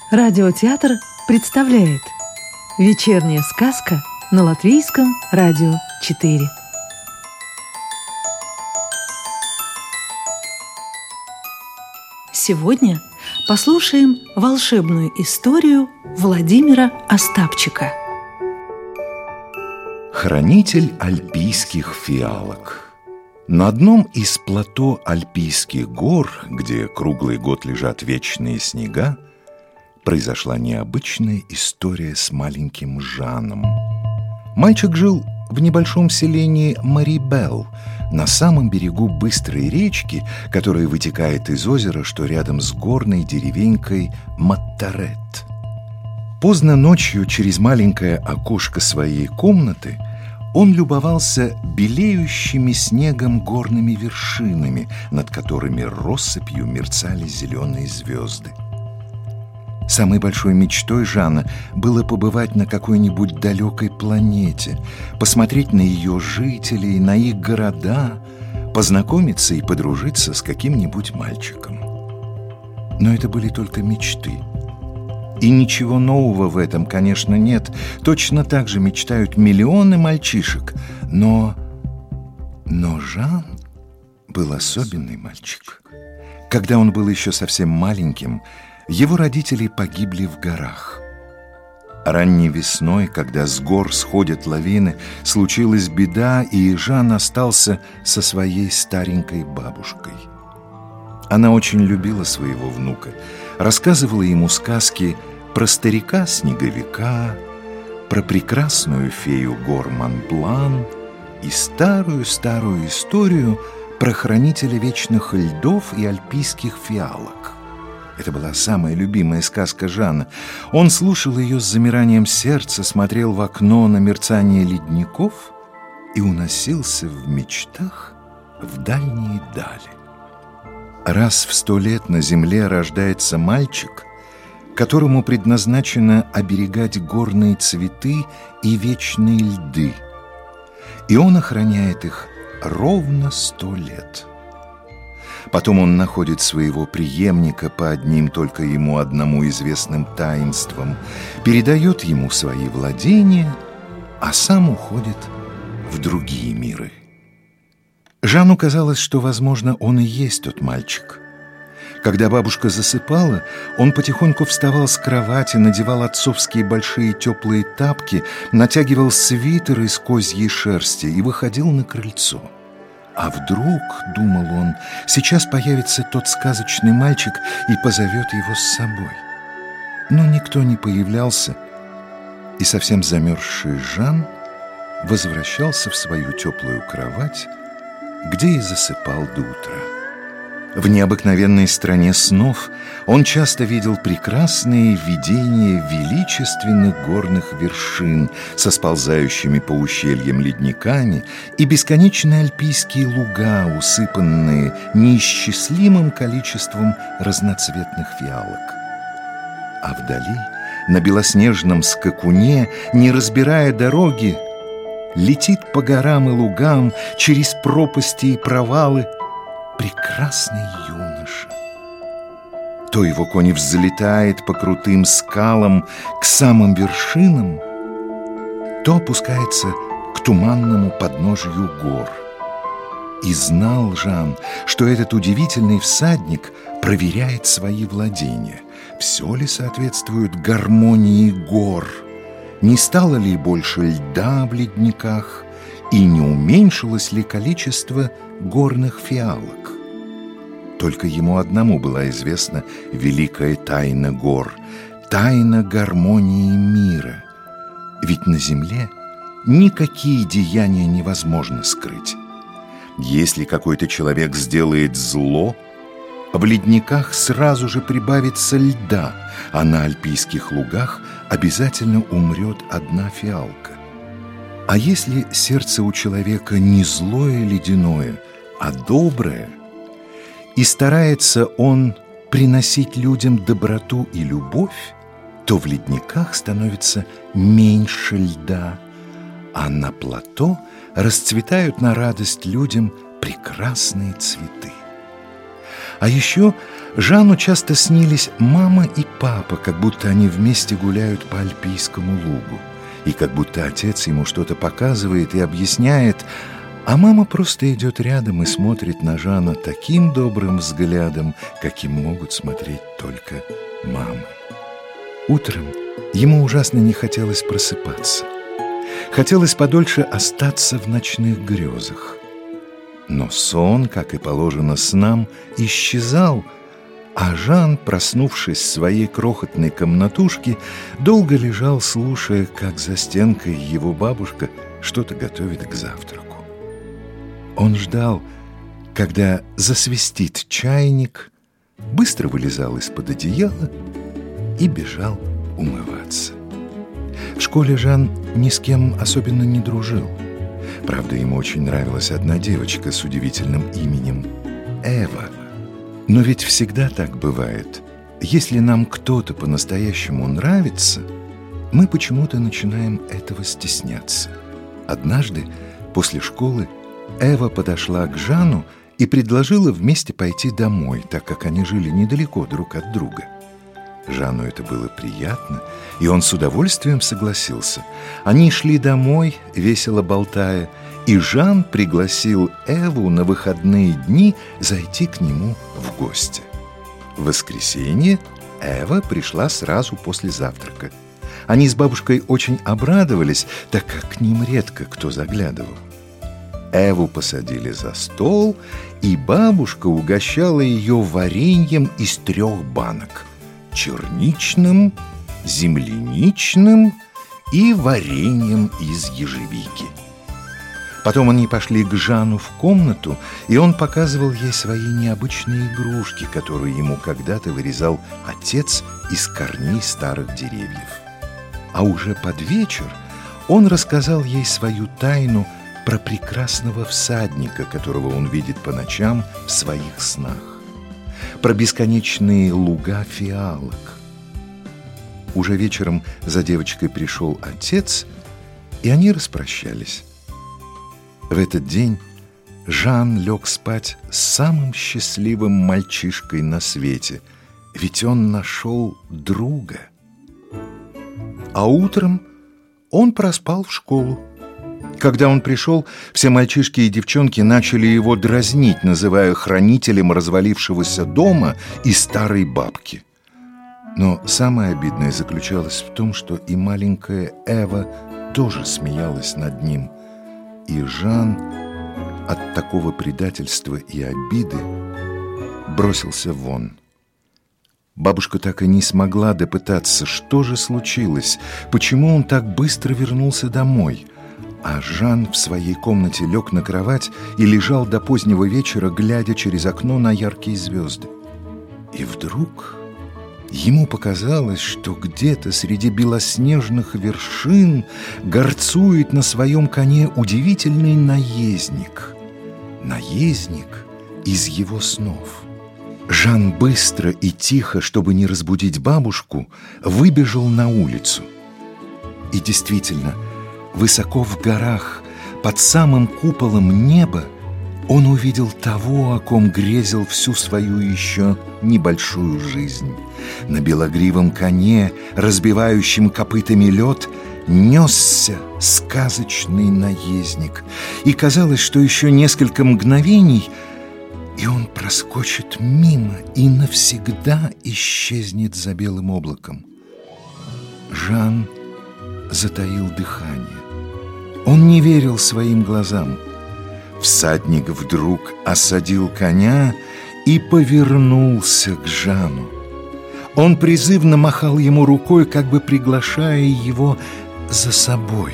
Радиотеатр представляет «Вечерняя сказка» на Латвийском радио 4. Сегодня послушаем волшебную историю Владимира Остапчика. Хранитель альпийских фиалок. На одном из плато Альпийских гор, где круглый год лежат вечные снега, произошла необычная история с маленьким Жаном. Мальчик жил в небольшом селении Марибел, на самом берегу быстрой речки, которая вытекает из озера, что рядом с горной деревенькой Маттарет. Поздно ночью через маленькое окошко своей комнаты он любовался белеющими снегом горными вершинами, над которыми россыпью мерцали зеленые звезды. Самой большой мечтой Жана было побывать на какой-нибудь далекой планете, посмотреть на ее жителей, на их города, познакомиться и подружиться с каким-нибудь мальчиком. Но это были только мечты. И ничего нового в этом, конечно, нет. Точно так же мечтают миллионы мальчишек. Но Жан был особенный мальчик. Когда он был еще совсем маленьким, его родители погибли в горах. Ранней весной, когда с гор сходят лавины, случилась беда, и Жан остался со своей старенькой бабушкой. Она очень любила своего внука, рассказывала ему сказки про старика-снеговика, про прекрасную фею гор Монблан и старую-старую историю про хранителя вечных льдов и альпийских фиалок. Это была самая любимая сказка Жана. Он слушал ее с замиранием сердца, смотрел в окно на мерцание ледников и уносился в мечтах в дальние дали. Раз в 100 лет на земле рождается мальчик, которому предназначено оберегать горные цветы и вечные льды, и он охраняет их ровно 100 лет. Потом он находит своего преемника по одним только ему одному известным таинствам, передает ему свои владения, а сам уходит в другие миры. Жану казалось, что, возможно, он и есть тот мальчик. Когда бабушка засыпала, он потихоньку вставал с кровати, надевал отцовские большие теплые тапки, натягивал свитер из козьей шерсти и выходил на крыльцо. А вдруг, думал он, сейчас появится тот сказочный мальчик и позовет его с собой. Но никто не появлялся, и совсем замерзший Жан возвращался в свою теплую кровать, где и засыпал до утра. В необыкновенной стране снов он часто видел прекрасные видения величественных горных вершин со сползающими по ущельям ледниками и бесконечные альпийские луга, усыпанные неисчислимым количеством разноцветных фиалок. А вдали, на белоснежном скакуне, не разбирая дороги, летит по горам и лугам через пропасти и провалы прекрасный юноша. То его конь взлетает по крутым скалам к самым вершинам, то опускается к туманному подножию гор. И знал Жан, что этот удивительный всадник проверяет свои владения. Все ли соответствует гармонии гор? Не стало ли больше льда в ледниках? И не уменьшилось ли количество горных фиалок? Только ему одному была известна великая тайна гор, тайна гармонии мира. Ведь на земле никакие деяния невозможно скрыть. Если какой-то человек сделает зло, в ледниках сразу же прибавится льда, а на альпийских лугах обязательно умрет одна фиалка. А если сердце у человека не злое ледяное, а доброе, и старается он приносить людям доброту и любовь, то в ледниках становится меньше льда, а на плато расцветают на радость людям прекрасные цветы. А еще Жану часто снились мама и папа, как будто они вместе гуляют по Альпийскому лугу, и как будто отец ему что-то показывает и объясняет, а мама просто идет рядом и смотрит на Жана таким добрым взглядом, каким могут смотреть только мамы. Утром ему ужасно не хотелось просыпаться. Хотелось подольше остаться в ночных грезах. Но сон, как и положено снам, исчезал, а Жан, проснувшись в своей крохотной комнатушке, долго лежал, слушая, как за стенкой его бабушка что-то готовит к завтраку. Он ждал, когда засвистит чайник, быстро вылезал из-под одеяла и бежал умываться. В школе Жан ни с кем особенно не дружил. Правда, ему очень нравилась одна девочка с удивительным именем Эва. Но ведь всегда так бывает. Если нам кто-то по-настоящему нравится, мы почему-то начинаем этого стесняться. Однажды, после школы, Эва подошла к Жану и предложила вместе пойти домой, так как они жили недалеко друг от друга. Жану это было приятно, и он с удовольствием согласился. Они шли домой, весело болтая, и Жан пригласил Эву на выходные дни зайти к нему в гости. В воскресенье Эва пришла сразу после завтрака. Они с бабушкой очень обрадовались, так как к ним редко кто заглядывал. Эву посадили за стол, и бабушка угощала ее вареньем из 3 банок: черничным, земляничным и вареньем из ежевики. Потом они пошли к Жану в комнату, и он показывал ей свои необычные игрушки, которые ему когда-то вырезал отец из корней старых деревьев. А уже под вечер он рассказал ей свою тайну про прекрасного всадника, которого он видит по ночам в своих снах, про бесконечные луга фиалок. Уже вечером за девочкой пришел отец, и они распрощались. В этот день Жан лег спать с самым счастливым мальчишкой на свете, ведь он нашел друга. А утром он проспал в школу. Когда он пришел, все мальчишки и девчонки начали его дразнить, называя хранителем развалившегося дома и старой бабки. Но самое обидное заключалось в том, что и маленькая Эва тоже смеялась над ним. И Жан от такого предательства и обиды бросился вон. Бабушка так и не смогла допытаться, что же случилось, почему он так быстро вернулся домой. А Жан в своей комнате лег на кровать и лежал до позднего вечера, глядя через окно на яркие звезды. И вдруг ему показалось, что где-то среди белоснежных вершин горцует на своем коне удивительный наездник. Наездник из его снов. Жан быстро и тихо, чтобы не разбудить бабушку, выбежал на улицу. И действительно, высоко в горах, под самым куполом неба, он увидел того, о ком грезил всю свою еще небольшую жизнь. На белогривом коне, разбивающем копытами лед, несся сказочный наездник. И казалось, что еще несколько мгновений, и он проскочит мимо и навсегда исчезнет за белым облаком. Жан затаил дыхание. Он не верил своим глазам. Всадник вдруг осадил коня и повернулся к Жану. Он призывно махал ему рукой, как бы приглашая его за собой.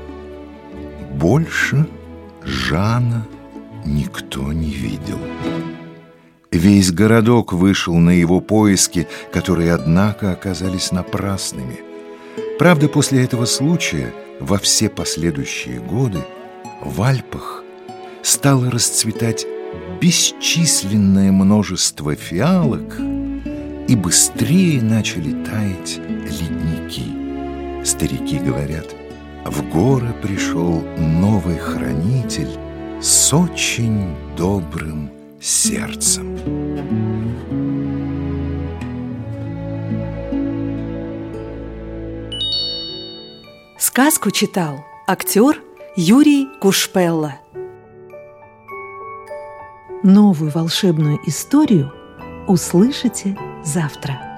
Больше Жана никто не видел. Весь городок вышел на его поиски, которые, однако, оказались напрасными. Правда, после этого случая во все последующие годы в Альпах стало расцветать бесчисленное множество фиалок, и быстрее начали таять ледники. Старики говорят, в горы пришел новый хранитель с очень добрым сердцем. Сказку читал актер Юрий Кушпелла. Новую волшебную историю услышите завтра.